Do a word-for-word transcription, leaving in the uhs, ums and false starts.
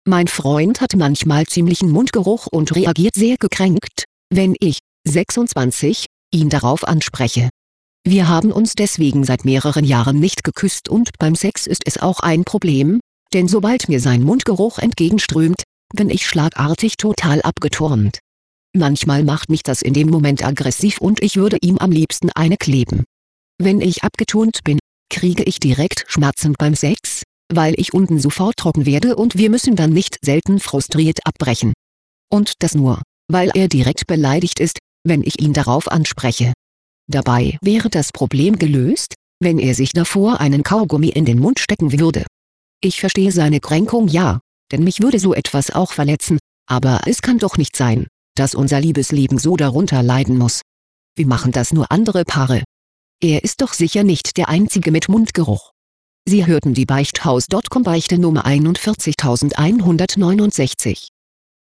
Mein Freund hat manchmal ziemlichen Mundgeruch und reagiert sehr gekränkt, wenn ich, sechsundzwanzig, ihn darauf anspreche. Wir haben uns deswegen seit mehreren Jahren nicht geküsst und beim Sex ist es auch ein Problem, denn sobald mir sein Mundgeruch entgegenströmt, bin ich schlagartig total abgeturnt. Manchmal macht mich das in dem Moment aggressiv und ich würde ihm am liebsten eine kleben. Wenn ich abgeturnt bin, kriege ich direkt Schmerzen beim Sex, weil ich unten sofort trocken werde und wir müssen dann nicht selten frustriert abbrechen. Und das nur, weil er direkt beleidigt ist, wenn ich ihn darauf anspreche. Dabei wäre das Problem gelöst, wenn er sich davor einen Kaugummi in den Mund stecken würde. Ich verstehe seine Kränkung, ja, denn mich würde so etwas auch verletzen, aber es kann doch nicht sein, dass unser Liebesleben so darunter leiden muss. Wie machen das nur andere Paare? Er ist doch sicher nicht der Einzige mit Mundgeruch. Sie hörten die Beichthaus Punkt com Beichte Nummer einundvierzigtausendeinhundertneunundsechzig.